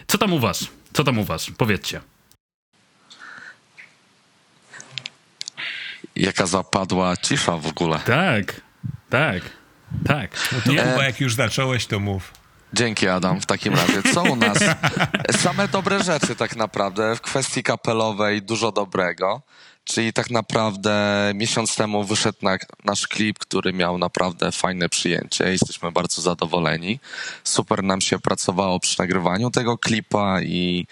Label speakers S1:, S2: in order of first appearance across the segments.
S1: Co tam u was? Co tam u was? Powiedzcie.
S2: Jaka zapadła cisza w ogóle.
S1: Tak.
S3: No to chyba jak już zacząłeś, to mów.
S2: Dzięki, Adam. W takim razie, co u nas? Same dobre rzeczy tak naprawdę. W kwestii kapelowej dużo dobrego. Czyli tak naprawdę miesiąc temu wyszedł nasz klip, który miał naprawdę fajne przyjęcie. Jesteśmy bardzo zadowoleni. Super nam się pracowało przy nagrywaniu tego klipa i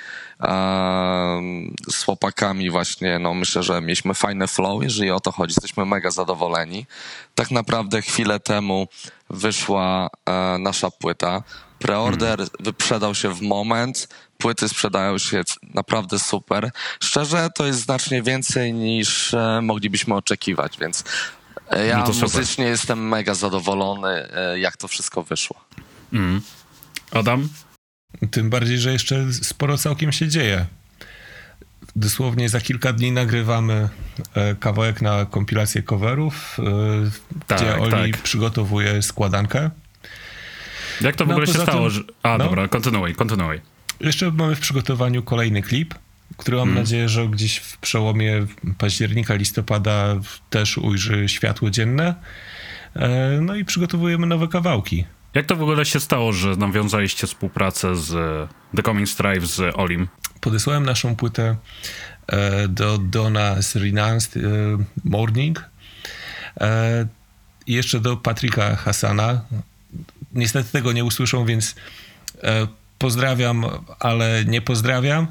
S2: z chłopakami właśnie, no myślę, że mieliśmy fajne flow, jeżeli o to chodzi. Jesteśmy mega zadowoleni. Tak naprawdę chwilę temu wyszła nasza płyta. Preorder wyprzedał się w moment. Płyty sprzedają się naprawdę super. Szczerze, to jest znacznie więcej niż moglibyśmy oczekiwać, więc ja muzycznie jestem mega zadowolony, jak to wszystko wyszło.
S1: Adam?
S3: Tym bardziej, że jeszcze sporo całkiem się dzieje. Dosłownie za kilka dni nagrywamy kawałek na kompilację coverów, gdzie Oli przygotowuje składankę.
S1: Jak to w ogóle się stało? Dobra, kontynuuj.
S3: Jeszcze mamy w przygotowaniu kolejny klip, który mam nadzieję, że gdzieś w przełomie października, listopada też ujrzy światło dzienne. No i przygotowujemy nowe kawałki.
S1: Jak to w ogóle się stało, że nawiązaliście współpracę z The Coming Strife z Olim?
S3: Podesłałem naszą płytę do Dona z Renounced Morning i jeszcze do Patryka Hassana. Niestety tego nie usłyszą, więc pozdrawiam, ale nie pozdrawiam.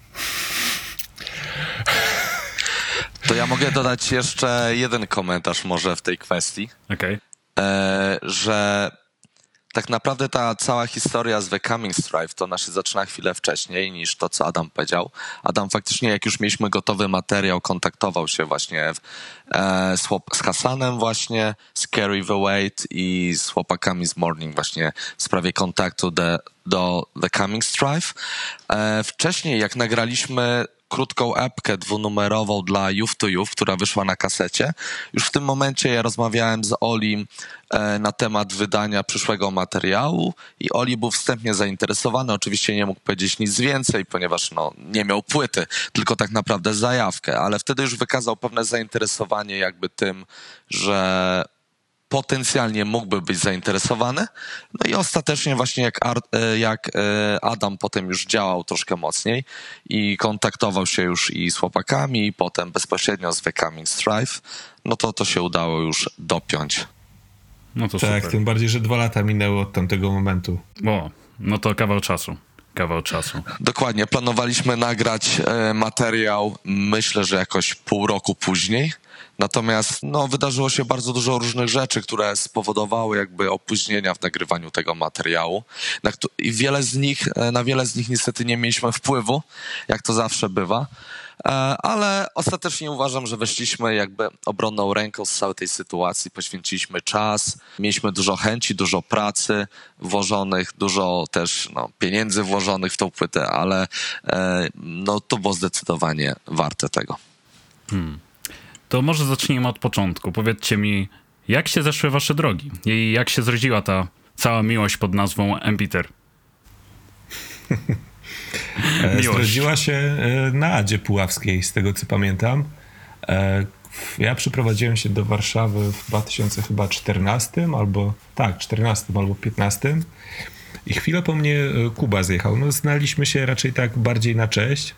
S2: To ja mogę dodać jeszcze jeden komentarz może w tej kwestii.
S1: Okej.
S2: Że tak naprawdę ta cała historia z The Coming Strife to się zaczyna chwilę wcześniej niż to, co Adam powiedział. Adam faktycznie, jak już mieliśmy gotowy materiał, kontaktował się właśnie z Hassanem właśnie, z Carry the Weight i z chłopakami z Morning właśnie w sprawie kontaktu do The Coming Strife. Wcześniej, jak nagraliśmy krótką epkę dwunumerową dla Youth to Youth, która wyszła na kasecie. Już w tym momencie ja rozmawiałem z Olim na temat wydania przyszłego materiału i Oli był wstępnie zainteresowany. Oczywiście nie mógł powiedzieć nic więcej, ponieważ nie miał płyty, tylko tak naprawdę zajawkę, ale wtedy już wykazał pewne zainteresowanie jakby tym, że potencjalnie mógłby być zainteresowany. No i ostatecznie właśnie jak Adam potem już działał troszkę mocniej i kontaktował się już i z chłopakami, i potem bezpośrednio z The Coming Strife, no to się udało już dopiąć.
S1: No to
S3: tak,
S1: super.
S3: tym bardziej, że 2 lata minęło od tamtego momentu.
S1: No to kawał czasu.
S2: Dokładnie, planowaliśmy nagrać materiał, myślę, że jakoś pół roku później. Natomiast wydarzyło się bardzo dużo różnych rzeczy, które spowodowały jakby opóźnienia w nagrywaniu tego materiału. I na wiele z nich niestety nie mieliśmy wpływu, jak to zawsze bywa. Ale ostatecznie uważam, że weszliśmy jakby obronną ręką z całej tej sytuacji, poświęciliśmy czas, mieliśmy dużo chęci, dużo pracy włożonych, dużo też pieniędzy włożonych w tą płytę, ale to było zdecydowanie warte tego.
S1: To może zacznijmy od początku. Powiedzcie mi, jak się zeszły wasze drogi i jak się zrodziła ta cała miłość pod nazwą Empiter?
S3: Zrodziła się na Adzie Puławskiej, z tego co pamiętam. Ja przyprowadziłem się do Warszawy w 2014 albo 15 i chwilę po mnie Kuba zjechał. Znaliśmy się raczej tak bardziej na cześć.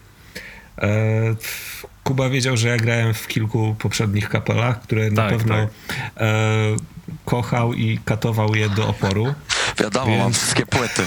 S3: Kuba wiedział, że ja grałem w kilku poprzednich kapelach, które na pewno kochał i katował je do oporu.
S2: Wiadomo, mam wszystkie płyty.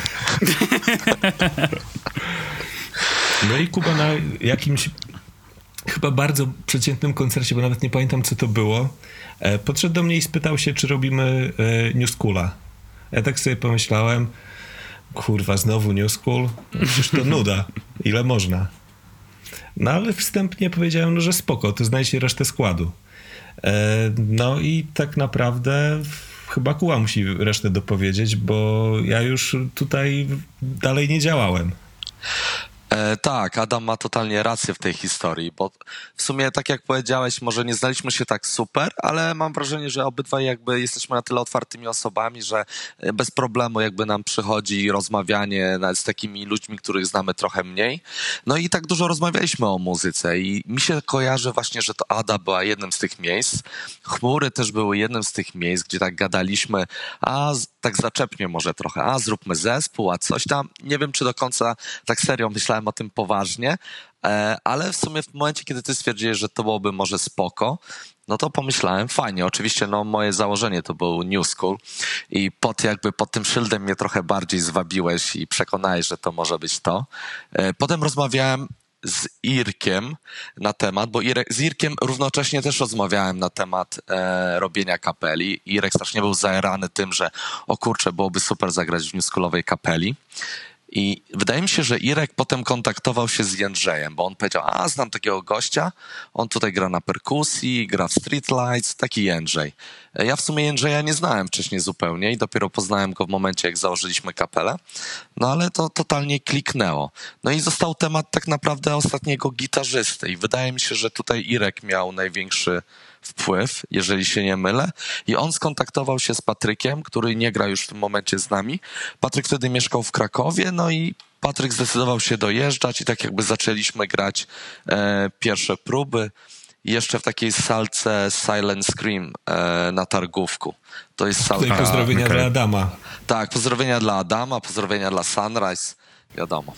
S3: No i Kuba na jakimś chyba bardzo przeciętnym koncercie, bo nawet nie pamiętam, co to było, podszedł do mnie i spytał się, czy robimy New Schoola. Ja tak sobie pomyślałem, kurwa, znowu New School? Przecież to nuda. Ile można? No ale wstępnie powiedziałem, że spoko, to znajdźcie resztę składu. No i tak naprawdę chyba Kuba musi resztę dopowiedzieć, bo ja już tutaj dalej nie działałem.
S2: Tak, Adam ma totalnie rację w tej historii, bo w sumie, tak jak powiedziałeś, może nie znaliśmy się tak super, ale mam wrażenie, że obydwaj jakby jesteśmy na tyle otwartymi osobami, że bez problemu jakby nam przychodzi rozmawianie nawet z takimi ludźmi, których znamy trochę mniej. No i tak dużo rozmawialiśmy o muzyce i mi się kojarzy właśnie, że to Ada była jednym z tych miejsc, Chmury też były jednym z tych miejsc, gdzie tak gadaliśmy, tak zaczepnie może trochę, zróbmy zespół, a coś tam. Nie wiem, czy do końca tak serio myślałem o tym poważnie, ale w sumie w momencie, kiedy ty stwierdziłeś, że to byłoby może spoko, no to pomyślałem, fajnie. Oczywiście no moje założenie to był New School i pod tym szyldem mnie trochę bardziej zwabiłeś i przekonałeś, że to może być to. Potem rozmawiałem z Irkiem na temat, bo z Irkiem równocześnie też rozmawiałem na temat robienia kapeli. Irek strasznie był zajarany tym, że o kurczę, byłoby super zagrać w newschoolowej kapeli. I wydaje mi się, że Irek potem kontaktował się z Jędrzejem, bo on powiedział, znam takiego gościa, on tutaj gra na perkusji, gra w Streetlights, taki Jędrzej. Ja w sumie Jędrzeja nie znałem wcześniej zupełnie i dopiero poznałem go w momencie, jak założyliśmy kapelę, no ale to totalnie kliknęło. No i został temat tak naprawdę ostatniego gitarzysty i wydaje mi się, że tutaj Irek miał największy wpływ, jeżeli się nie mylę. I on skontaktował się z Patrykiem, który nie gra już w tym momencie z nami. Patryk wtedy mieszkał w Krakowie, no i Patryk zdecydował się dojeżdżać i tak jakby zaczęliśmy grać pierwsze próby. Jeszcze w takiej salce Silent Scream na Targówku. To jest salka...
S3: Tutaj pozdrowienia dla Adama.
S2: Tak, pozdrowienia dla Adama, pozdrowienia dla Sunrise, wiadomo.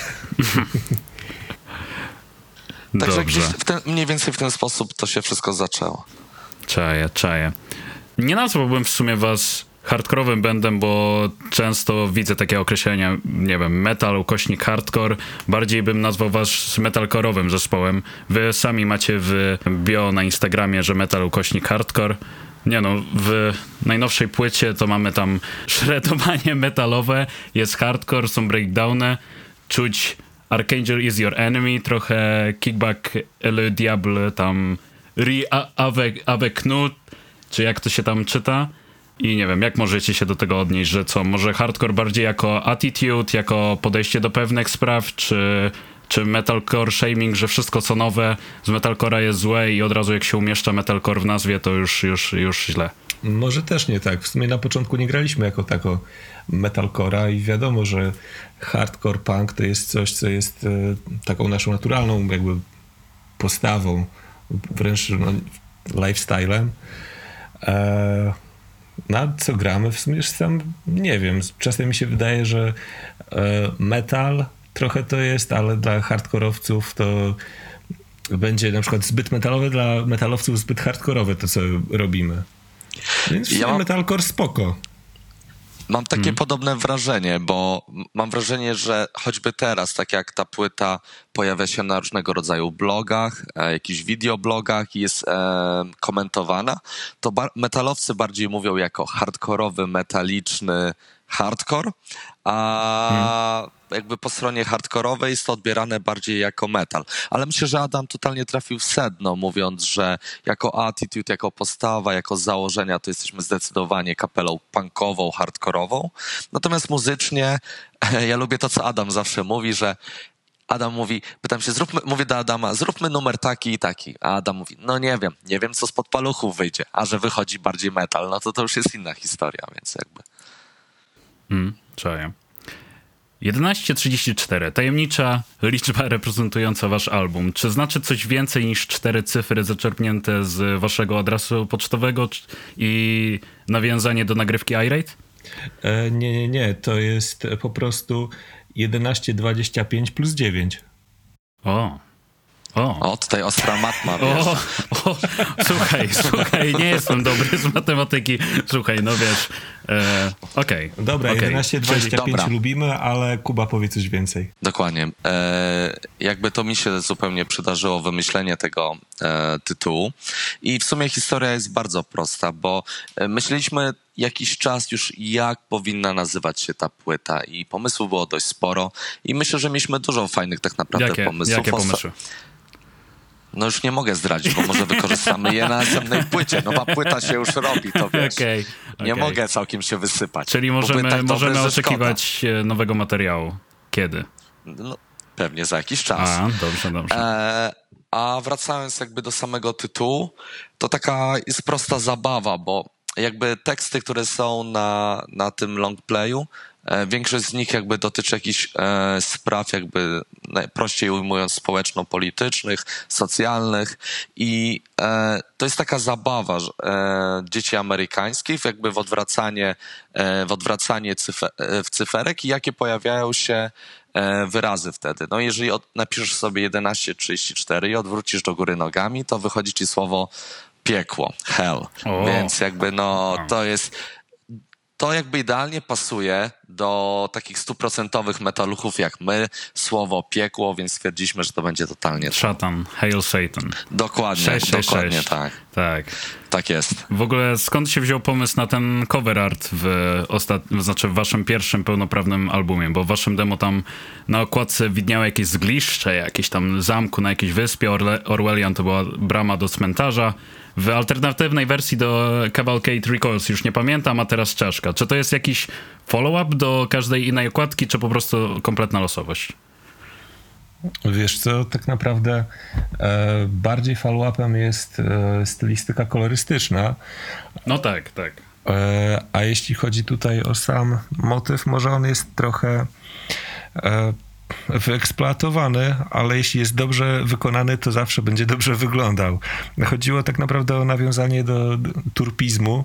S2: Także mniej więcej w ten sposób to się wszystko zaczęło.
S1: Czaję. Nie nazwałbym w sumie was hardkorowym bandem, bo często widzę takie określenia, nie wiem, metal, /hardcore. Bardziej bym nazwał was metalkorowym zespołem. Wy sami macie w bio na Instagramie, że metal /hardcore. Nie no, w najnowszej płycie to mamy tam szredowanie metalowe, jest hardcore, są breakdowny, czuć Archangel is your enemy, trochę Kickback Le Diable, tam avec Knut, czy jak to się tam czyta. I nie wiem, jak możecie się do tego odnieść, że co, może hardcore bardziej jako attitude, jako podejście do pewnych spraw, czy metalcore shaming, że wszystko co nowe z metalcore'a jest złe i od razu jak się umieszcza metalcore w nazwie, to już źle.
S3: Może też nie tak. W sumie na początku nie graliśmy jako tako metalcore'a i wiadomo, że hardcore punk to jest coś, co jest taką naszą naturalną jakby postawą, wręcz lifestylem. Na co gramy? W sumie już sam nie wiem. Czasem mi się wydaje, że metal trochę to jest, ale dla hardkorowców to będzie na przykład zbyt metalowe, dla metalowców zbyt hardkorowe to, co robimy. Więc metalcore spoko.
S2: Mam takie podobne wrażenie, bo mam wrażenie, że choćby teraz, tak jak ta płyta pojawia się na różnego rodzaju blogach, jakichś wideoblogach i jest komentowana, to metalowcy bardziej mówią jako hardkorowy, metaliczny hardcore, a jakby po stronie hardkorowej jest to odbierane bardziej jako metal. Ale myślę, że Adam totalnie trafił w sedno, mówiąc, że jako attitude, jako postawa, jako założenia to jesteśmy zdecydowanie kapelą punkową, hardkorową. Natomiast muzycznie ja lubię to, co Adam zawsze mówi, że Adam mówi, pytam się, mówię do Adama, zróbmy numer taki i taki. A Adam mówi, no nie wiem, co spod paluchów wyjdzie. A że wychodzi bardziej metal, no to już jest inna historia, więc jakby...
S1: Czaję. 11:34. Tajemnicza liczba reprezentująca wasz album. Czy znaczy coś więcej niż 4 cyfry zaczerpnięte z waszego adresu pocztowego i nawiązanie do nagrywki iRate?
S3: Nie. To jest po prostu 11:25 plus 9.
S1: O,
S2: tutaj ostra matma, wiesz.
S1: Słuchaj, nie jestem dobry z matematyki. Słuchaj, no wiesz, okej.
S3: Dobra, 11:25 lubimy, ale Kuba powie coś więcej.
S2: Dokładnie. Jakby to mi się zupełnie przydarzyło wymyślenie tego tytułu i w sumie historia jest bardzo prosta, bo myśleliśmy jakiś czas już, jak powinna nazywać się ta płyta i pomysłów było dość sporo i myślę, że mieliśmy dużo fajnych tak naprawdę pomysłów.
S1: Jakie pomysły?
S2: No już nie mogę zdradzić, bo może wykorzystamy je na następnej płycie. Nowa płyta się już robi, to wiesz. Nie mogę całkiem się wysypać.
S1: Czyli możemy oczekiwać nowego materiału. Kiedy?
S2: No, pewnie za jakiś czas.
S1: A, dobrze, dobrze.
S2: A wracając jakby do samego tytułu, to taka jest prosta zabawa, bo jakby teksty, które są na tym longplayu, większość z nich jakby dotyczy jakichś spraw jakby najprościej ujmując społeczno-politycznych, socjalnych i to jest taka zabawa że, dzieci amerykańskich jakby w odwracanie cyferek i jakie pojawiają się wyrazy wtedy. No jeżeli napiszesz sobie 11:34 i odwrócisz do góry nogami, to wychodzi ci słowo piekło, hell. Więc jakby to jakby idealnie pasuje do takich 100% metaluchów jak my, słowo piekło, więc stwierdziliśmy, że to będzie totalnie...
S1: Szatan, Hail Satan.
S2: Dokładnie,
S1: 666.
S2: tak.
S1: Tak.
S2: Tak jest.
S1: W ogóle skąd się wziął pomysł na ten cover art w waszym pierwszym pełnoprawnym albumie? Bo w waszym demo tam na okładce widniały jakieś zgliszcze, jakieś tam zamku na jakiejś wyspie. Orwellian to była brama do cmentarza. W alternatywnej wersji do Cavalcade Recoils już nie pamiętam, a teraz czaszka. Czy to jest jakiś follow-up do każdej innej okładki, czy po prostu kompletna losowość?
S3: Wiesz co, tak naprawdę bardziej follow-upem jest stylistyka kolorystyczna.
S1: No tak, tak.
S3: A jeśli chodzi tutaj o sam motyw, może on jest trochę wyeksploatowany, ale jeśli jest dobrze wykonany, to zawsze będzie dobrze wyglądał. Chodziło tak naprawdę o nawiązanie do turpizmu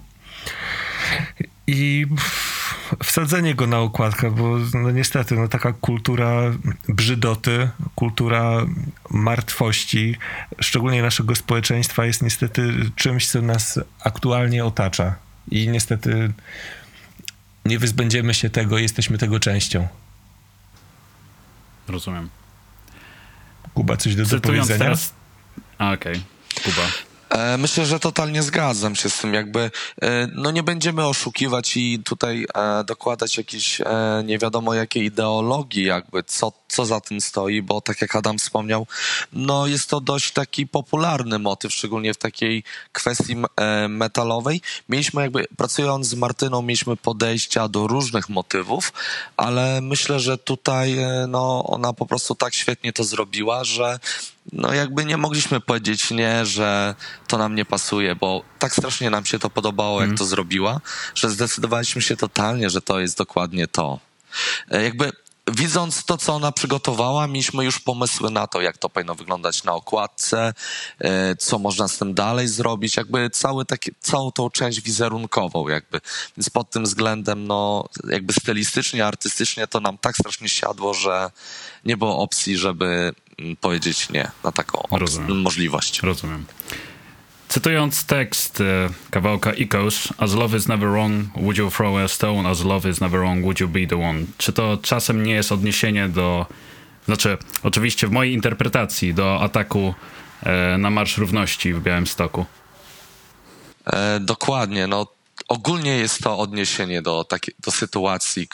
S3: i wsadzenie go na okładkę, bo no niestety taka kultura brzydoty, kultura martwości, szczególnie naszego społeczeństwa, jest niestety czymś, co nas aktualnie otacza i niestety nie wyzbędziemy się tego, jesteśmy tego częścią.
S1: Rozumiem.
S3: Kuba, coś do powiedzenia?
S1: Teraz... Okej. Kuba.
S2: Myślę, że totalnie zgadzam się z tym. Jakby no nie będziemy oszukiwać i tutaj dokładać jakiejś nie wiadomo jakiej ideologii, jakby co za tym stoi, bo tak jak Adam wspomniał, no jest to dość taki popularny motyw, szczególnie w takiej kwestii metalowej. Mieliśmy jakby, pracując z Martyną, mieliśmy podejścia do różnych motywów, ale myślę, że tutaj no ona po prostu tak świetnie to zrobiła, że no jakby nie mogliśmy powiedzieć nie, że to nam nie pasuje, bo tak strasznie nam się to podobało, jak to zrobiła, że zdecydowaliśmy się totalnie, że to jest dokładnie to. Jakby widząc to, co ona przygotowała, mieliśmy już pomysły na to, jak to powinno wyglądać na okładce, co można z tym dalej zrobić, jakby całą tą część wizerunkową jakby. Więc pod tym względem, no jakby stylistycznie, artystycznie to nam tak strasznie siadło, że nie było opcji, żeby powiedzieć nie na taką możliwość.
S1: Rozumiem. Cytując tekst kawałka Echoes, as love is never wrong, would you throw a stone? As love is never wrong, would you be the one? Czy to czasem nie jest odniesienie do... Znaczy, oczywiście w mojej interpretacji do ataku na Marsz Równości w Białymstoku?
S2: Dokładnie, no ogólnie jest to odniesienie do sytuacji,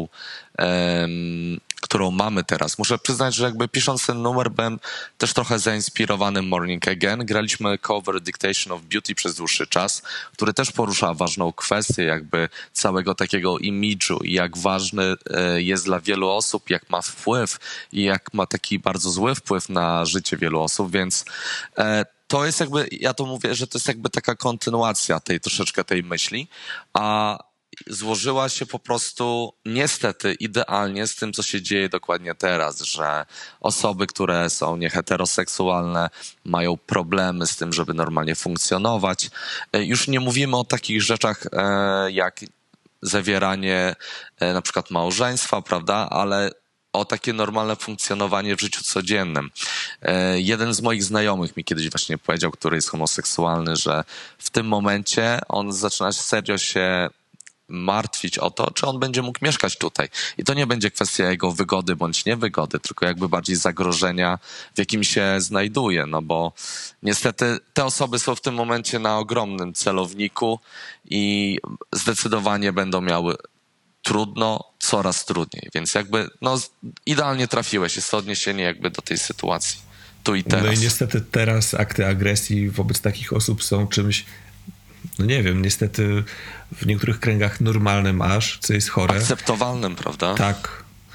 S2: którą mamy teraz. Muszę przyznać, że jakby pisząc ten numer byłem też trochę zainspirowany Morning Again. Graliśmy cover Dictation of Beauty przez dłuższy czas, który też porusza ważną kwestię jakby całego takiego imidżu i jak ważny jest dla wielu osób, jak ma wpływ i jak ma taki bardzo zły wpływ na życie wielu osób, więc to jest jakby, ja to mówię, że to jest jakby taka kontynuacja troszeczkę tej myśli, a złożyła się po prostu niestety idealnie z tym, co się dzieje dokładnie teraz, że osoby, które są nieheteroseksualne, mają problemy z tym, żeby normalnie funkcjonować. Już nie mówimy o takich rzeczach jak zawieranie na przykład małżeństwa, prawda, ale o takie normalne funkcjonowanie w życiu codziennym. Jeden z moich znajomych mi kiedyś właśnie powiedział, który jest homoseksualny, że w tym momencie on zaczyna serio się martwić o to, czy on będzie mógł mieszkać tutaj. I to nie będzie kwestia jego wygody bądź niewygody, tylko jakby bardziej zagrożenia, w jakim się znajduje, no bo niestety te osoby są w tym momencie na ogromnym celowniku i zdecydowanie będą miały trudno, coraz trudniej, więc jakby no idealnie trafiłeś, jest to odniesienie jakby do tej sytuacji, tu i teraz.
S3: No i niestety teraz akty agresji wobec takich osób są czymś, no nie wiem, niestety w niektórych kręgach normalnym aż, co jest chore.
S2: Akceptowalnym, prawda?
S3: Tak.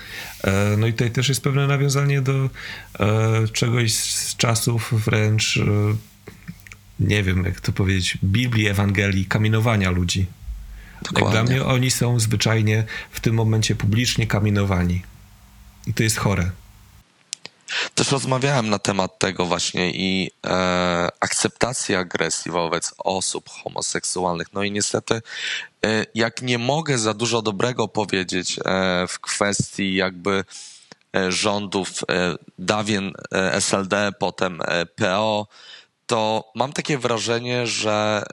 S3: No i tutaj też jest pewne nawiązanie do czegoś z czasów wręcz, nie wiem jak to powiedzieć, Biblii, Ewangelii, kamienowania ludzi. Jak dla mnie oni są zwyczajnie w tym momencie publicznie kamienowani. I to jest chore.
S2: Też rozmawiałem na temat tego właśnie i akceptacji agresji wobec osób homoseksualnych. No i niestety, jak nie mogę za dużo dobrego powiedzieć w kwestii jakby rządów dawien SLD, potem PO, to mam takie wrażenie, że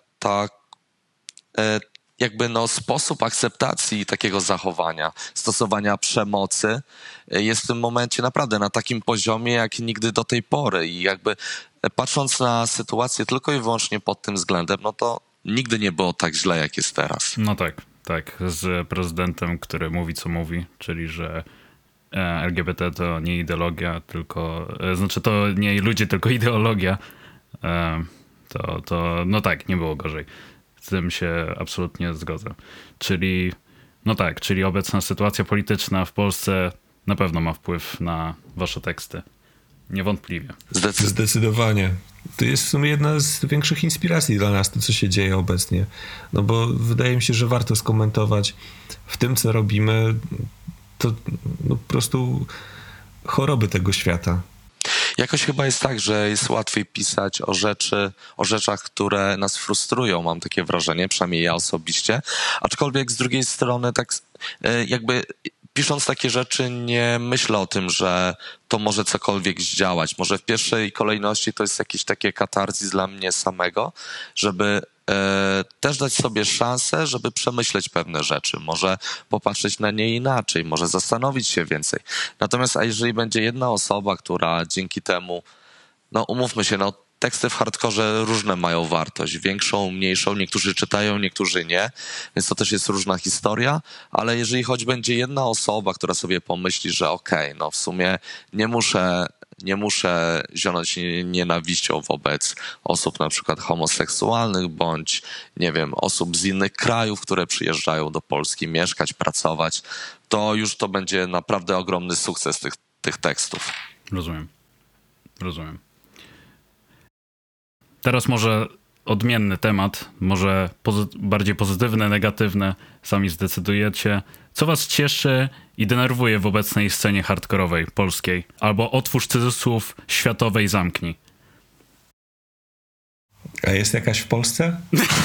S2: jakby sposób akceptacji takiego zachowania, stosowania przemocy jest w tym momencie naprawdę na takim poziomie jak nigdy do tej pory i jakby patrząc na sytuację tylko i wyłącznie pod tym względem, no to nigdy nie było tak źle, jak jest teraz.
S1: No tak, z prezydentem, który mówi, co mówi, czyli że LGBT to nie ideologia, tylko, znaczy to nie ludzie, tylko ideologia, to no tak, nie było gorzej. Z tym się absolutnie zgodzę. Czyli, no tak, czyli obecna sytuacja polityczna w Polsce na pewno ma wpływ na wasze teksty. Niewątpliwie.
S3: Zdecydowanie. To jest w sumie jedna z większych inspiracji dla nas, to co się dzieje obecnie. No bo wydaje mi się, że warto skomentować w tym, co robimy, to po prostu choroby tego świata.
S2: Jakoś chyba jest tak, że jest łatwiej pisać o rzeczach, które nas frustrują, mam takie wrażenie, przynajmniej ja osobiście. Aczkolwiek z drugiej strony tak jakby pisząc takie rzeczy nie myślę o tym, że to może cokolwiek zdziałać. Może w pierwszej kolejności to jest jakieś takie katarzis dla mnie samego, żeby też dać sobie szansę, żeby przemyśleć pewne rzeczy, może popatrzeć na nie inaczej, może zastanowić się więcej. Natomiast a jeżeli będzie jedna osoba, która dzięki temu, no umówmy się, no teksty w hardkorze różne mają wartość, większą, mniejszą, niektórzy czytają, niektórzy nie, więc to też jest różna historia, ale jeżeli choć będzie jedna osoba, która sobie pomyśli, że okej, no w sumie nie muszę zionąć nienawiścią wobec osób na przykład homoseksualnych, bądź, nie wiem, osób z innych krajów, które przyjeżdżają do Polski mieszkać, pracować, to już to będzie naprawdę ogromny sukces tych tekstów.
S1: Rozumiem. Teraz może odmienny temat, może bardziej pozytywny, negatywny, sami zdecydujecie. Co was cieszy i denerwuje w obecnej scenie hardkorowej polskiej? Albo otwórz cudzysłów, światowej zamknij.
S3: A jest jakaś w Polsce?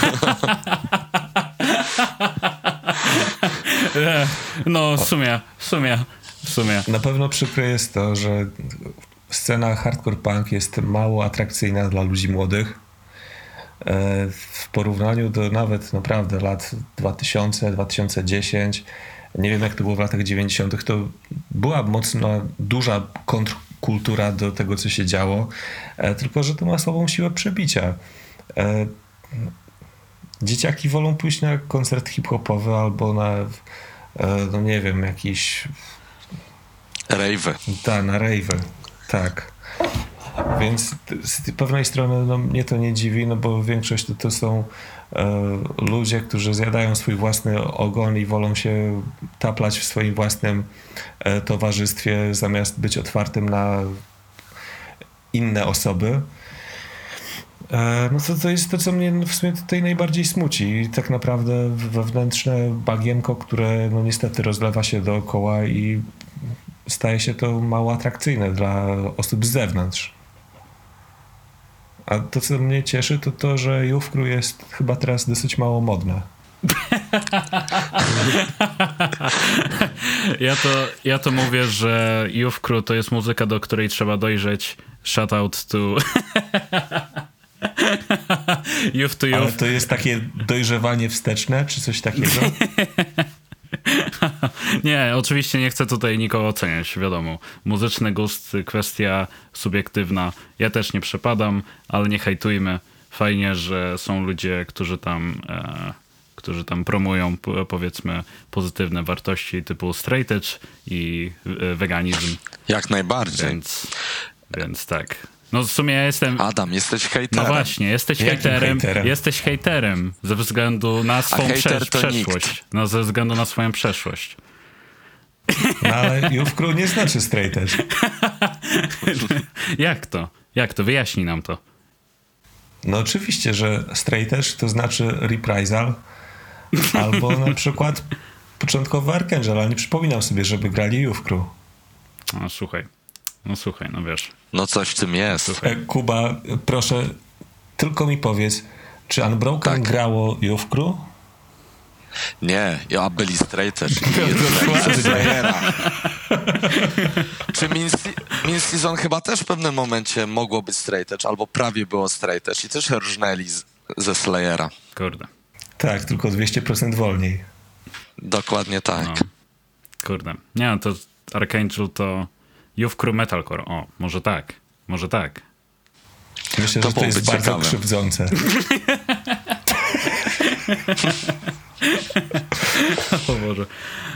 S1: No, w sumie.
S3: Na pewno przykre jest to, że scena hardcore punk jest mało atrakcyjna dla ludzi młodych. W porównaniu do nawet naprawdę lat 2000, 2010, nie wiem jak to było w latach 90., to była mocno duża kontrkultura do tego, co się działo, tylko że to ma słabą siłę przebicia. Dzieciaki wolą pójść na koncert hip-hopowy albo na, no nie wiem, jakiś...
S2: Rave'y.
S3: Tak, na rave'y, tak. Więc z pewnej strony no, mnie to nie dziwi, no bo większość to są ludzie, którzy zjadają swój własny ogon i wolą się taplać w swoim własnym towarzystwie, zamiast być otwartym na inne osoby. No to jest to, co mnie w sumie tutaj najbardziej smuci. I tak naprawdę wewnętrzne bagienko, które no niestety rozlewa się dookoła i staje się to mało atrakcyjne dla osób z zewnątrz. A to, co mnie cieszy, to to, że Jówkru jest chyba teraz dosyć mało modne.
S1: Ja to mówię, że Jówkru to jest muzyka, do której trzeba dojrzeć. Shout out to... Youth to Youth.
S3: Ale to jest takie dojrzewanie wsteczne, czy coś takiego?
S1: Nie, oczywiście nie chcę tutaj nikogo oceniać, wiadomo. Muzyczny gust, kwestia subiektywna. Ja też nie przepadam, ale nie hejtujmy. Fajnie, że są ludzie, którzy tam promują, powiedzmy, pozytywne wartości typu straight edge i weganizm.
S2: Jak najbardziej.
S1: Więc tak. No w sumie ja jestem...
S2: Adam, jesteś hejterem.
S1: No właśnie, jesteś hejterem ze względu na swą przeszłość. No, ze względu na swoją przeszłość.
S3: No ale Youth Crew nie znaczy straight edge.
S1: Jak to? Jak to? Wyjaśnij nam to.
S3: No oczywiście, że straight edge to znaczy reprisal albo na przykład początkowy Archangel, ale nie przypominam sobie, żeby grali Youth Crew.
S1: No słuchaj, no wiesz.
S2: No coś w tym jest.
S3: Kuba, proszę, tylko mi powiedz, czy Unbroken grało Youth Crew?
S2: Nie, ja byli straight edge i Slayera. Czy Min Season chyba też w pewnym momencie mogło być straight edge, albo prawie było straight edge i też rżnęli ze Slayera.
S1: Kurde.
S3: Tak, tylko 200% wolniej.
S2: Dokładnie tak.
S1: No. Kurde. Nie, no to Archangel to Youth Crew Metalcore. O, może tak.
S3: Myślę,
S2: To
S3: że to jest
S2: byłoby
S3: bardzo
S2: ciekawe.
S3: krzywdzące.
S1: O Boże.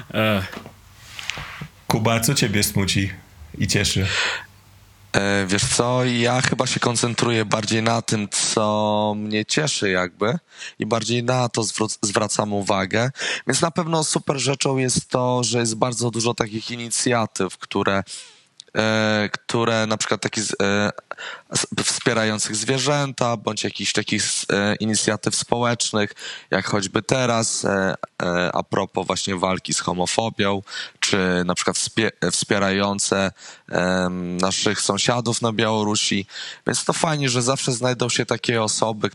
S3: Kuba, co ciebie smuci i cieszy?
S2: Wiesz co, ja chyba się koncentruję bardziej na tym, co mnie cieszy jakby i bardziej na to zwracam uwagę, więc na pewno super rzeczą jest to, że jest bardzo dużo takich inicjatyw, które na przykład wspierających zwierzęta, bądź jakichś takich inicjatyw społecznych, jak choćby teraz a propos właśnie walki z homofobią, czy na przykład wspierające naszych sąsiadów na Białorusi. Więc to fajnie, że zawsze znajdą się takie osoby,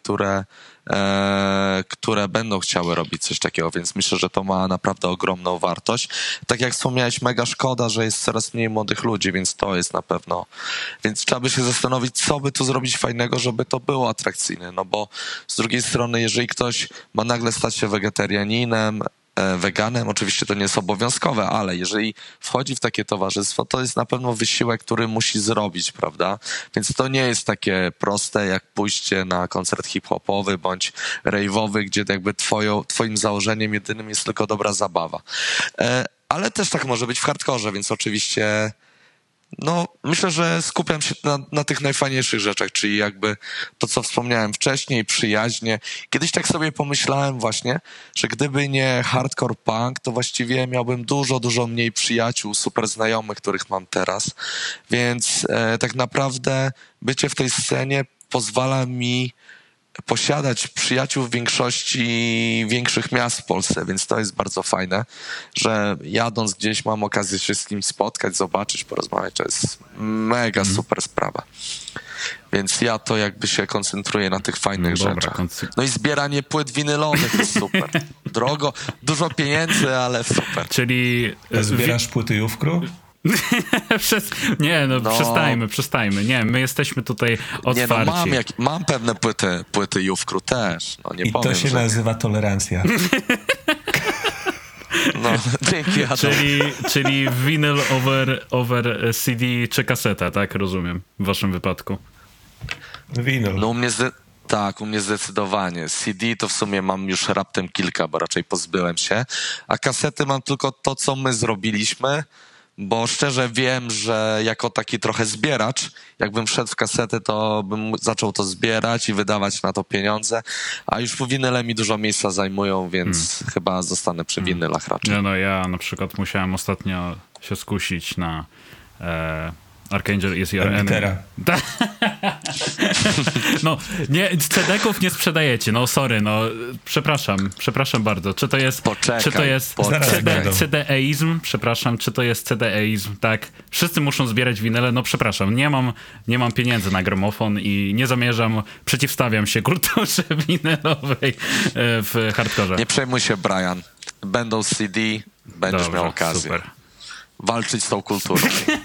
S2: które będą chciały robić coś takiego, więc myślę, że to ma naprawdę ogromną wartość. Tak jak wspomniałeś, mega szkoda, że jest coraz mniej młodych ludzi, więc to jest na pewno... Więc trzeba by się zastanowić, co by tu zrobić fajnego, żeby to było atrakcyjne, no bo z drugiej strony, jeżeli ktoś ma nagle stać się wegetarianinem, weganem, oczywiście to nie jest obowiązkowe, ale jeżeli wchodzi w takie towarzystwo, to jest na pewno wysiłek, który musi zrobić, prawda? Więc to nie jest takie proste, jak pójście na koncert hip-hopowy bądź rave'owy, gdzie jakby twoim założeniem jedynym jest tylko dobra zabawa. Ale też tak może być w hardkorze, więc oczywiście no, myślę, że skupiam się na tych najfajniejszych rzeczach, czyli jakby to, co wspomniałem wcześniej, przyjaźnie. Kiedyś tak sobie pomyślałem właśnie, że gdyby nie hardcore punk, to właściwie miałbym dużo mniej przyjaciół, super znajomych, których mam teraz. Więc tak naprawdę bycie w tej scenie pozwala mi posiadać przyjaciół w większości większych miast w Polsce, więc to jest bardzo fajne, że jadąc gdzieś mam okazję się z kimś spotkać, zobaczyć, porozmawiać, to jest mega super sprawa. Więc ja to jakby się koncentruję na tych fajnych rzeczach. No i zbieranie płyt winylowych jest super. Drogo, dużo pieniędzy, ale super.
S1: Czyli...
S3: Zbierasz płyty Youth Crew?
S1: Przestajmy. Nie, my jesteśmy tutaj otwarci.
S2: Nie, no mam pewne płyty Youth Crew też. No, nie
S3: I
S2: powiem,
S3: to się nazywa tolerancja.
S2: No, dzięki, Adam.
S1: Czyli vinyl over CD czy kaseta, tak? Rozumiem, w waszym wypadku.
S3: Vinyl.
S2: No u mnie zdecydowanie. CD to w sumie mam już raptem kilka, bo raczej pozbyłem się. A kasety mam tylko to, co my zrobiliśmy, bo szczerze wiem, że jako taki trochę zbieracz, jakbym wszedł w kasety, to bym zaczął to zbierać i wydawać na to pieniądze, a już po winyle mi dużo miejsca zajmują, więc chyba zostanę przy winylach raczej.
S1: No ja na przykład musiałem ostatnio się skusić na Archangel is your enemy. No, nie, CD-ków nie sprzedajecie, no sorry, no przepraszam bardzo. Czy to jest CD-eizm? Przepraszam, czy to jest CD-eizm? Tak, wszyscy muszą zbierać winyle, no przepraszam, nie mam pieniędzy na gramofon i nie zamierzam, przeciwstawiam się kulturze winylowej w hardkorze.
S2: Nie przejmuj się, Brian. Będą CD, będziesz miał okazję. Super. Walczyć z tą kulturą.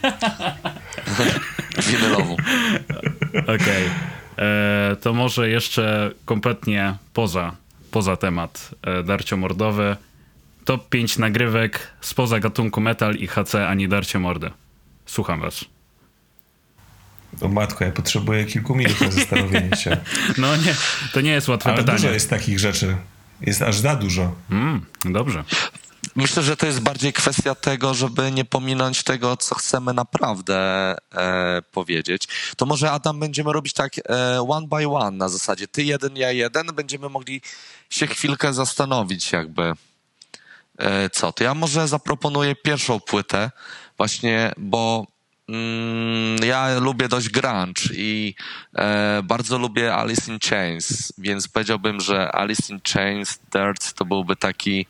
S2: Winylową.
S1: Okej. To może jeszcze kompletnie poza temat darciomordowy. Top 5 nagrywek spoza gatunku metal i HC ani darcie mordy. Słucham was.
S3: O matko, ja potrzebuję kilku minut na zastanowienie się.
S1: No nie, to nie jest łatwe pytanie.
S3: Ale dużo jest takich rzeczy. Jest aż za dużo.
S1: Dobrze.
S2: Myślę, że to jest bardziej kwestia tego, żeby nie pominąć tego, co chcemy naprawdę powiedzieć. To może, Adam, będziemy robić tak one by one na zasadzie ty jeden, ja jeden. Będziemy mogli się chwilkę zastanowić jakby Co? To ja może zaproponuję pierwszą płytę właśnie, bo ja lubię dość grunge i bardzo lubię Alice in Chains, więc powiedziałbym, że Alice in Chains, Dirt to byłby taki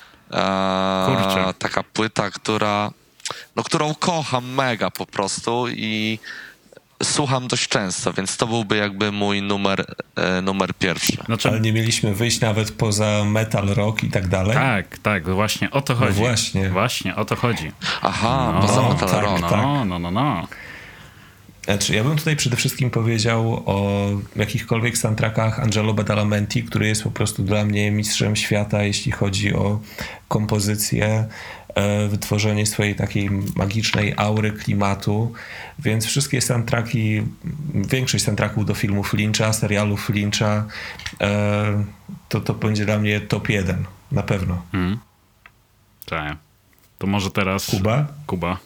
S2: taka płyta, którą kocham mega po prostu i słucham dość często, więc to byłby jakby mój numer pierwszy.
S1: Znaczy,
S3: Ale nie mieliśmy wyjść nawet poza metal, rock i tak dalej?
S1: tak, właśnie o to chodzi.
S3: No
S1: właśnie o to chodzi.
S2: Aha, poza metal
S3: tak,
S2: rock.
S3: tak.
S1: No.
S3: Znaczy, ja bym tutaj przede wszystkim powiedział o jakichkolwiek soundtrackach Angelo Badalamenti, który jest po prostu dla mnie mistrzem świata, jeśli chodzi o kompozycję, wytworzenie swojej takiej magicznej aury klimatu, więc wszystkie soundtracki, większość soundtracków do filmów Lyncha, serialów Lyncha, to będzie dla mnie top 1, na pewno.
S1: Tak. To może teraz Kuba.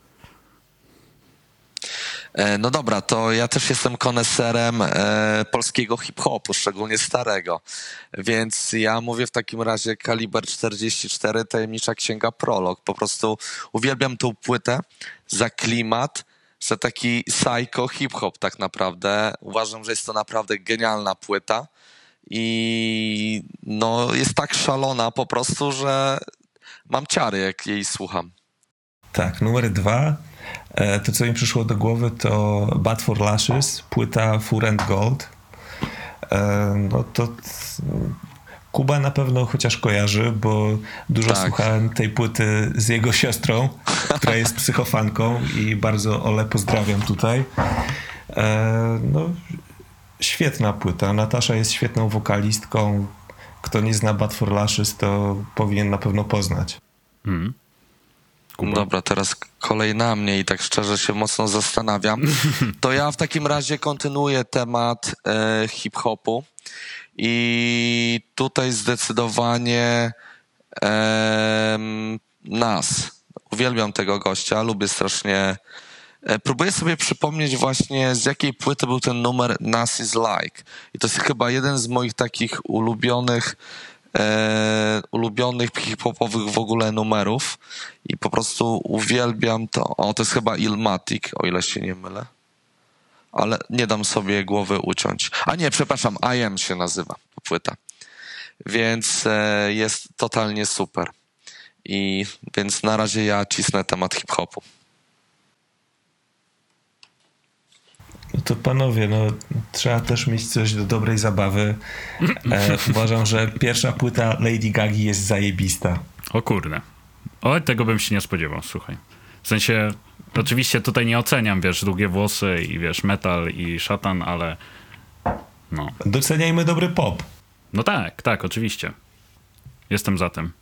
S2: No dobra, to ja też jestem koneserem polskiego hip-hopu, szczególnie starego, więc ja mówię w takim razie Kaliber 44, Tajemnicza Księga Prolog. Po prostu uwielbiam tą płytę za klimat, za taki psycho hip-hop tak naprawdę. Uważam, że jest to naprawdę genialna płyta i no jest tak szalona po prostu, że mam ciary, jak jej słucham.
S3: Tak, numer 2. To, co mi przyszło do głowy, to Bad for Lashes, płyta Fur and Gold. No to Kuba na pewno chociaż kojarzy, bo dużo słuchałem tej płyty z jego siostrą, która jest psychofanką i bardzo Ole pozdrawiam tutaj. No, świetna płyta. Natasza jest świetną wokalistką. Kto nie zna Bad for Lashes, to powinien na pewno poznać.
S2: Dobra, teraz kolej na mnie i tak szczerze się mocno zastanawiam. To ja w takim razie kontynuuję temat hip-hopu i tutaj zdecydowanie Nas. Uwielbiam tego gościa, lubię strasznie. Próbuję sobie przypomnieć właśnie, z jakiej płyty był ten numer Nas is Like. I to jest chyba jeden z moich takich ulubionych hip-hopowych w ogóle numerów i po prostu uwielbiam to. To jest chyba Illmatic, o ile się nie mylę. Ale nie dam sobie głowy uciąć. A nie, przepraszam, I Am się nazywa płyta. Więc jest totalnie super. I więc na razie ja cisnę temat hip-hopu.
S3: No to panowie, trzeba też mieć coś do dobrej zabawy. Uważam, że pierwsza płyta Lady Gagi jest zajebista.
S1: O kurde. Tego bym się nie spodziewał, słuchaj. W sensie, oczywiście tutaj nie oceniam, długie włosy i metal i szatan, ale no.
S3: Doceniajmy dobry pop.
S1: No tak, oczywiście. Jestem za tym.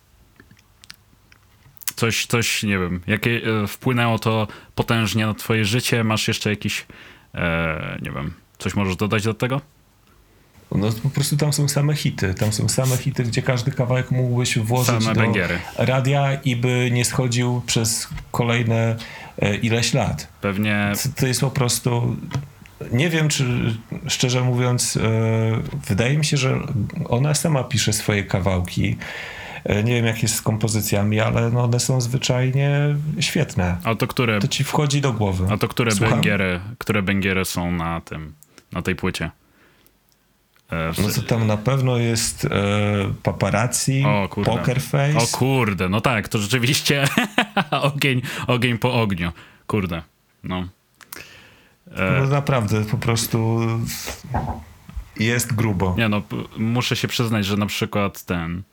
S1: Coś, nie wiem, jakie wpłynęło to potężnie na twoje życie? Masz jeszcze jakiś, nie wiem, coś możesz dodać do tego?
S3: No po prostu tam są same hity. Tam są same hity, gdzie każdy kawałek mógłbyś włożyć
S1: same
S3: do
S1: węgiery.
S3: Radia i by nie schodził przez kolejne ileś lat.
S1: Pewnie.
S3: To jest po prostu... Nie wiem, czy szczerze mówiąc, wydaje mi się, że ona sama pisze swoje kawałki. Nie wiem, jak jest z kompozycjami, ale one są zwyczajnie świetne.
S1: A to które?
S3: To ci wchodzi do głowy.
S1: A to które bęgiery są na tej płycie?
S3: No to tam na pewno jest Paparazzi, Poker Face.
S1: O kurde, no tak, to rzeczywiście ogień po ogniu. Kurde, no.
S3: No naprawdę, po prostu jest grubo.
S1: Nie no, muszę się przyznać, że na przykład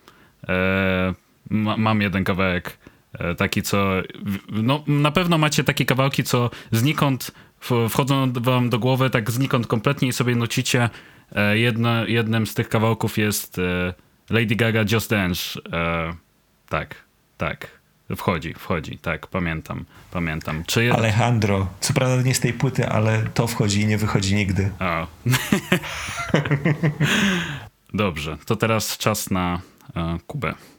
S1: mam jeden kawałek taki, co... No na pewno macie takie kawałki, co znikąd wchodzą wam do głowy, tak znikąd kompletnie i sobie nucicie. Jednym z tych kawałków jest Lady Gaga Just Dance. Tak. Wchodzi, tak, pamiętam.
S3: Alejandro, co prawda nie z tej płyty, ale to wchodzi i nie wychodzi nigdy.
S1: O. Dobrze, to teraz czas na Kubę.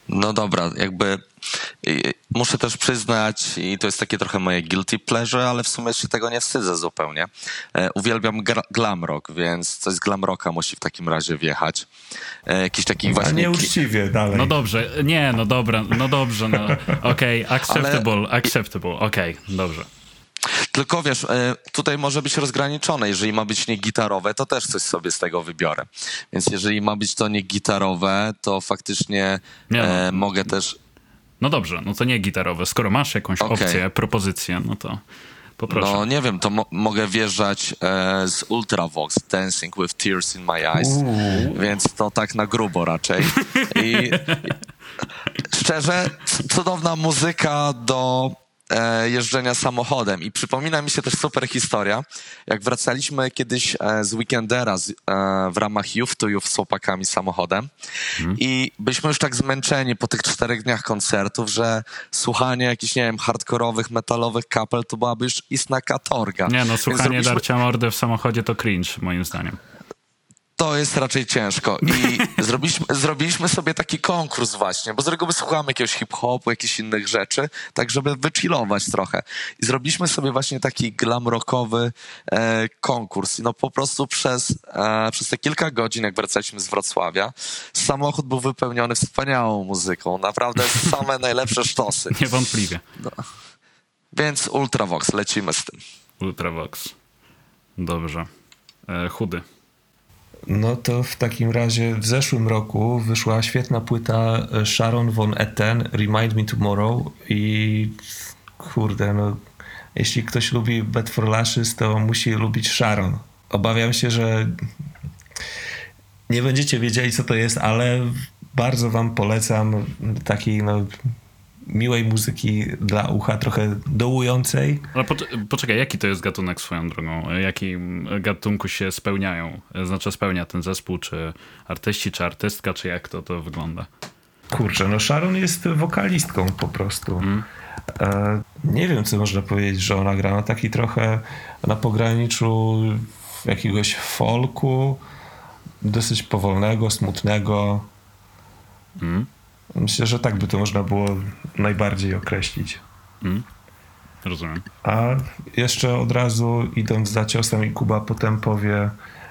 S2: No dobra, jakby muszę też przyznać, i to jest takie trochę moje guilty pleasure, ale w sumie się tego nie wstydzę zupełnie. Uwielbiam glam rock, więc coś z glam rocka musi w takim razie wjechać. Jakiś takich
S3: A
S2: właśnie...
S3: nieuczciwie dalej.
S1: No dobrze, nie, no dobra, no dobrze, no okej, acceptable, okej, dobrze.
S2: Tylko wiesz, tutaj może być rozgraniczone. Jeżeli ma być niegitarowe, to też coś sobie z tego wybiorę. Więc jeżeli ma być to niegitarowe, to faktycznie
S1: Nie no.
S2: mogę też...
S1: No dobrze, no to nie gitarowe. Skoro masz jakąś
S2: Okej.
S1: opcję, propozycję, no to poproszę.
S2: No nie wiem, to mogę wjeżdżać z Ultravox, Dancing with Tears in My Eyes, więc to tak na grubo raczej. I szczerze, cudowna muzyka do jeżdżenia samochodem. I przypomina mi się też super historia, jak wracaliśmy kiedyś z Weekendera w ramach Youth to Youth z chłopakami samochodem i byliśmy już tak zmęczeni po tych 4 dniach koncertów, że słuchanie jakichś, nie wiem, hardkorowych, metalowych kapel to byłaby już istna katorga.
S1: Nie no,
S2: Więc
S1: słuchanie darcia mordy w samochodzie to cringe, moim zdaniem.
S2: To jest raczej ciężko. I zrobiliśmy sobie taki konkurs właśnie, bo z reguły słuchamy jakiegoś hip-hopu, jakichś innych rzeczy, tak żeby wychillować trochę. I zrobiliśmy sobie właśnie taki glam rockowy konkurs. I no po prostu przez te kilka godzin, jak wracaliśmy z Wrocławia, samochód był wypełniony wspaniałą muzyką. Naprawdę same najlepsze sztosy.
S1: Niewątpliwie.
S2: No. Więc Ultravox, lecimy z tym.
S1: Ultravox. Dobrze. Chudy.
S3: No to w takim razie w zeszłym roku wyszła świetna płyta Sharon von Etten, Remind Me Tomorrow i kurde, no jeśli ktoś lubi Bad for Lashes, to musi lubić Sharon. Obawiam się, że nie będziecie wiedzieli, co to jest, ale bardzo wam polecam takiej no miłej muzyki dla ucha, trochę dołującej.
S1: Ale poczekaj, jaki to jest gatunek swoją drogą? Jakim gatunku się spełniają? Znaczy spełnia ten zespół, czy artyści, czy artystka, czy jak to wygląda?
S3: Kurczę, no Sharon jest wokalistką po prostu. Nie wiem, co można powiedzieć, że ona gra. No taki trochę na pograniczu jakiegoś folku, dosyć powolnego, smutnego. Myślę, że tak by to można było najbardziej określić.
S1: Rozumiem.
S3: A jeszcze od razu idąc za ciosem i Kuba potem powie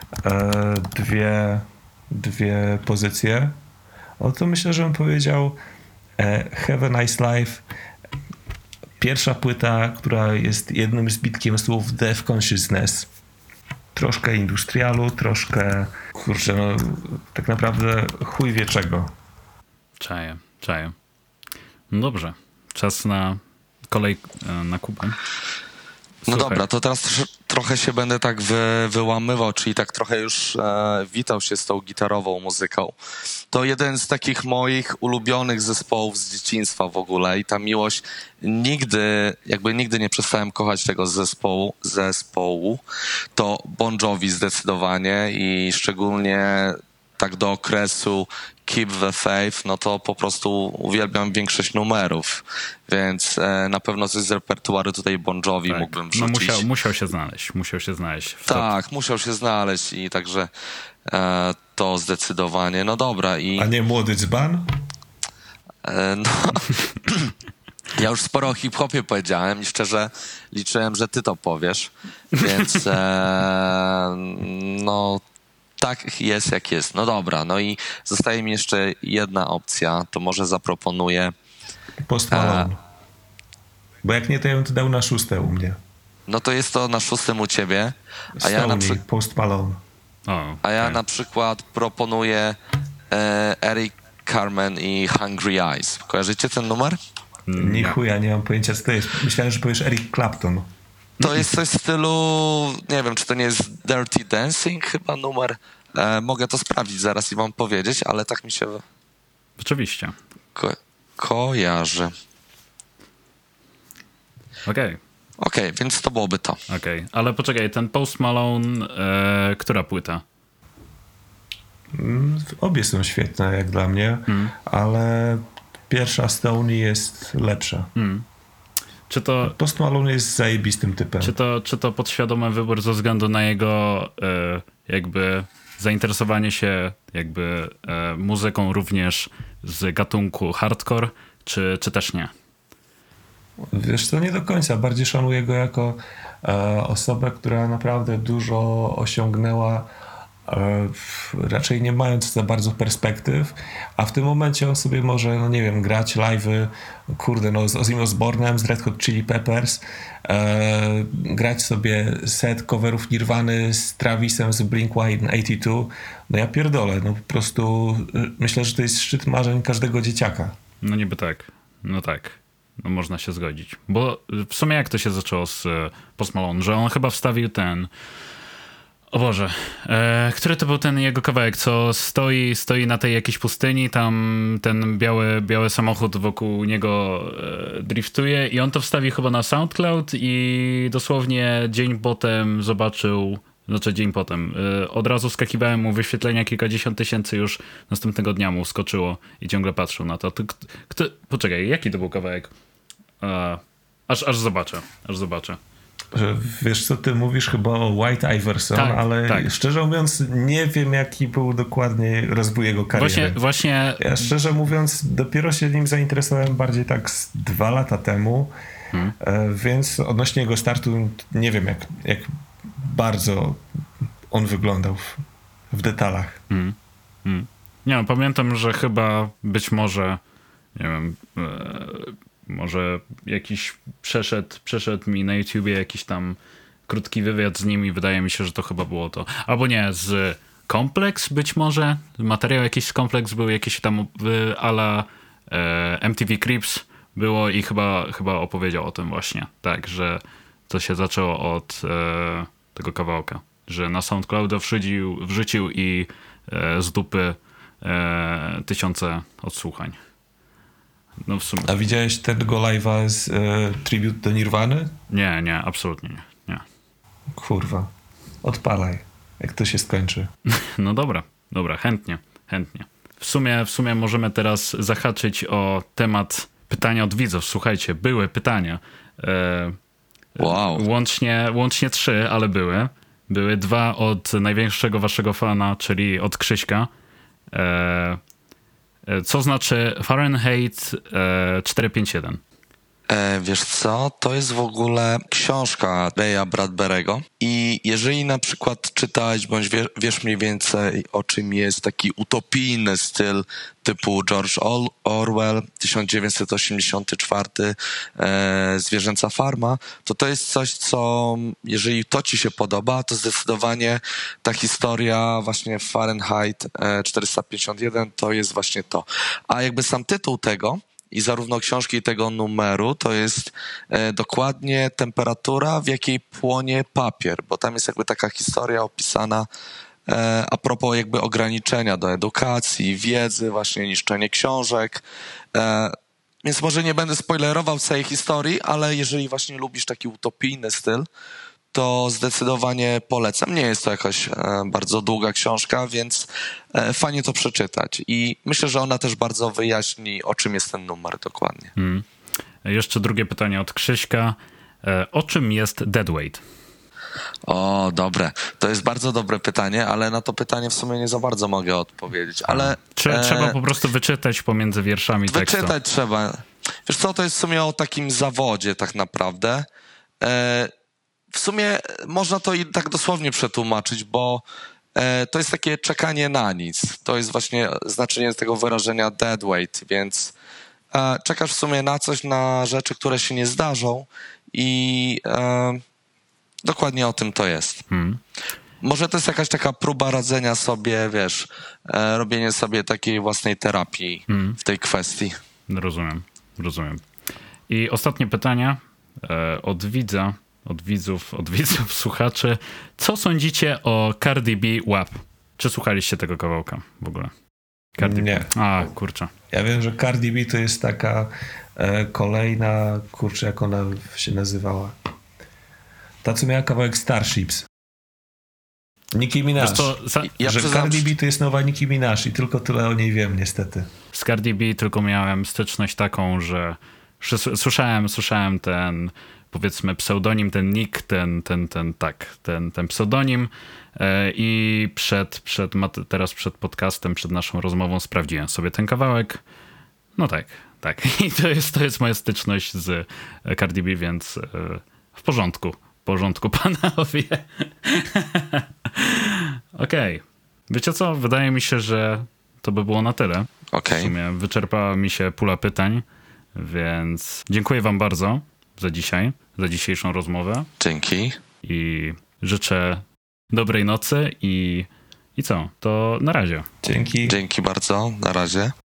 S3: dwie pozycje, to myślę, że bym powiedział Have a Nice Life. Pierwsza płyta, która jest jednym zbitkiem słów Death Consciousness. Troszkę industrialu, troszkę, kurczę, no tak naprawdę chuj wie czego.
S1: Czaję. No dobrze. Czas na kolej na Kubę.
S2: No dobra, to teraz trochę się będę tak wyłamywał, czyli tak trochę już witał się z tą gitarową muzyką. To jeden z takich moich ulubionych zespołów z dzieciństwa w ogóle i ta miłość nigdy nie przestałem kochać tego zespołu. To Bon Jovi zdecydowanie i szczególnie tak do okresu Keep the Faith, no to po prostu uwielbiam większość numerów, więc na pewno coś z repertuaru tutaj Bon Jovi
S1: tak.
S2: mógłbym wrzucić.
S1: No musiał się znaleźć.
S2: Tak, musiał się znaleźć i także to zdecydowanie. No dobra.
S3: A nie Młody Dzban?
S2: No, ja już sporo o hip-hopie powiedziałem i szczerze liczyłem, że ty to powiesz, więc no tak jest jak jest. No dobra, no i zostaje mi jeszcze jedna opcja, to może zaproponuję...
S3: Post Malone. Bo jak nie, to ja bym to dał na 6 u mnie.
S2: No to jest to na 6 u ciebie,
S3: Post Malone.
S2: Na przykład proponuję Eric Carmen i Hungry Eyes. Kojarzycie ten numer?
S3: Nie chuja, nie mam pojęcia, co to jest. Myślałem, że powiesz Eric Clapton.
S2: To jest coś w stylu, nie wiem, czy to nie jest Dirty Dancing chyba numer. Mogę to sprawdzić zaraz i wam powiedzieć, ale tak mi się...
S1: Oczywiście.
S2: Kojarzy. Okej, więc to byłoby to.
S1: Okej, ale poczekaj, ten Post Malone, która płyta?
S3: Obie są świetne jak dla mnie, ale pierwsza Stoney jest lepsza.
S1: Czy to...
S3: Post Malone jest zajebistym typem.
S1: Czy to podświadomy wybór ze względu na jego jakby zainteresowanie się jakby muzyką również z gatunku hardcore, czy też nie?
S3: Wiesz co, nie do końca. Bardziej szanuję go jako osobę, która naprawdę dużo osiągnęła, raczej nie mając za bardzo perspektyw, a w tym momencie on sobie może, no nie wiem, grać live'y, kurde, no z Ozzym Osbourne'em, z Red Hot Chili Peppers, grać sobie set coverów Nirvany z Travisem, z Blink-182. No ja pierdolę, no po prostu myślę, że to jest szczyt marzeń każdego dzieciaka.
S1: No niby tak. No tak. No można się zgodzić. Bo w sumie jak to się zaczęło z Post Malone, że on chyba wstawił ten... O Boże, który to był ten jego kawałek, co stoi na tej jakiejś pustyni, tam ten biały samochód wokół niego driftuje i on to wstawił chyba na SoundCloud i dosłownie dzień potem zobaczył, dzień potem, od razu skakiwałem mu wyświetlenia, kilkadziesiąt tysięcy już następnego dnia mu skoczyło i ciągle patrzył na to. Poczekaj, jaki to był kawałek? Aż zobaczę.
S3: Wiesz co, ty mówisz chyba o White Iverson,
S1: tak,
S3: ale
S1: tak.
S3: Szczerze mówiąc nie wiem, jaki był dokładnie rozwój jego kariery.
S1: Właśnie...
S3: Ja szczerze mówiąc dopiero się nim zainteresowałem bardziej tak z 2 lata temu, więc odnośnie jego startu nie wiem, jak bardzo on wyglądał w detalach.
S1: Nie no, pamiętam, że chyba być może, nie wiem... Może jakiś przeszedł mi na YouTubie jakiś tam krótki wywiad z nim i wydaje mi się, że to chyba było to. Albo nie, z Complex być może. Materiał jakiś z Complex był jakiś tam a la MTV Cribs było i chyba opowiedział o tym właśnie. Tak, że to się zaczęło od tego kawałka. Że na SoundClouda wrzucił i z dupy tysiące odsłuchań. No w sumie.
S3: A widziałeś tego live'a z tribute do Nirwany?
S1: Nie, absolutnie nie.
S3: Kurwa, odpalaj, jak to się skończy.
S1: No dobra, chętnie. W sumie możemy teraz zahaczyć o temat pytania od widzów. Słuchajcie, były pytania.
S2: Wow.
S1: Łącznie 3, ale były. Były 2 od największego waszego fana, czyli od Krzyśka. Co znaczy Fahrenheit 451?
S2: Wiesz co, to jest w ogóle książka Raya Bradbury'ego i jeżeli na przykład czytałeś, bądź wiesz mniej więcej o czym jest taki utopijny styl typu George Orwell, 1984, Zwierzęca farma, to jest coś, co jeżeli to ci się podoba, to zdecydowanie ta historia właśnie Fahrenheit 451 to jest właśnie to. A jakby sam tytuł tego i zarówno książki i tego numeru to jest dokładnie temperatura, w jakiej płonie papier, bo tam jest jakby taka historia opisana a propos jakby ograniczenia do edukacji, wiedzy, właśnie niszczenie książek. Więc może nie będę spoilerował całej historii, ale jeżeli właśnie lubisz taki utopijny styl, to zdecydowanie polecam. Nie jest to jakaś bardzo długa książka, więc fajnie to przeczytać. I myślę, że ona też bardzo wyjaśni, o czym jest ten numer dokładnie.
S1: Jeszcze drugie pytanie od Krzyśka. O czym jest Deadweight?
S2: O, dobre. To jest bardzo dobre pytanie, ale na to pytanie w sumie nie za bardzo mogę odpowiedzieć. Ale
S1: Trzeba po prostu wyczytać pomiędzy wierszami tekstu.
S2: Wyczytać trzeba. Wiesz co, to jest w sumie o takim zawodzie tak naprawdę. W sumie można to i tak dosłownie przetłumaczyć, bo to jest takie czekanie na nic. To jest właśnie znaczenie tego wyrażenia deadweight, więc czekasz w sumie na coś, na rzeczy, które się nie zdarzą i dokładnie o tym to jest. Może to jest jakaś taka próba radzenia sobie, wiesz, robienie sobie takiej własnej terapii w tej kwestii.
S1: Rozumiem. I ostatnie pytanie od widza, od widzów, słuchaczy. Co sądzicie o Cardi B WAP? Czy słuchaliście tego kawałka w ogóle?
S3: Nie.
S1: A, kurczę.
S3: Ja wiem, że Cardi B to jest taka kolejna, kurczę, jak ona się nazywała. Ta, co miała kawałek Starships. Nicki Minaj. Że Cardi B to jest nowa Nicki Minaj i tylko tyle o niej wiem, niestety.
S1: Z Cardi B tylko miałem styczność taką, że słyszałem ten powiedzmy pseudonim, ten nick, ten pseudonim i teraz przed podcastem, przed naszą rozmową sprawdziłem sobie ten kawałek. No tak. I to jest moja styczność z Cardi B, więc w porządku, panowie. Okej. Wiecie co? Wydaje mi się, że to by było na tyle.
S2: Okej.
S1: W sumie wyczerpała mi się pula pytań, więc dziękuję wam bardzo za dzisiejszą rozmowę
S2: Dzięki.
S1: i życzę dobrej nocy i co? To na razie.
S3: Dzięki.
S2: Dzięki bardzo. Na razie.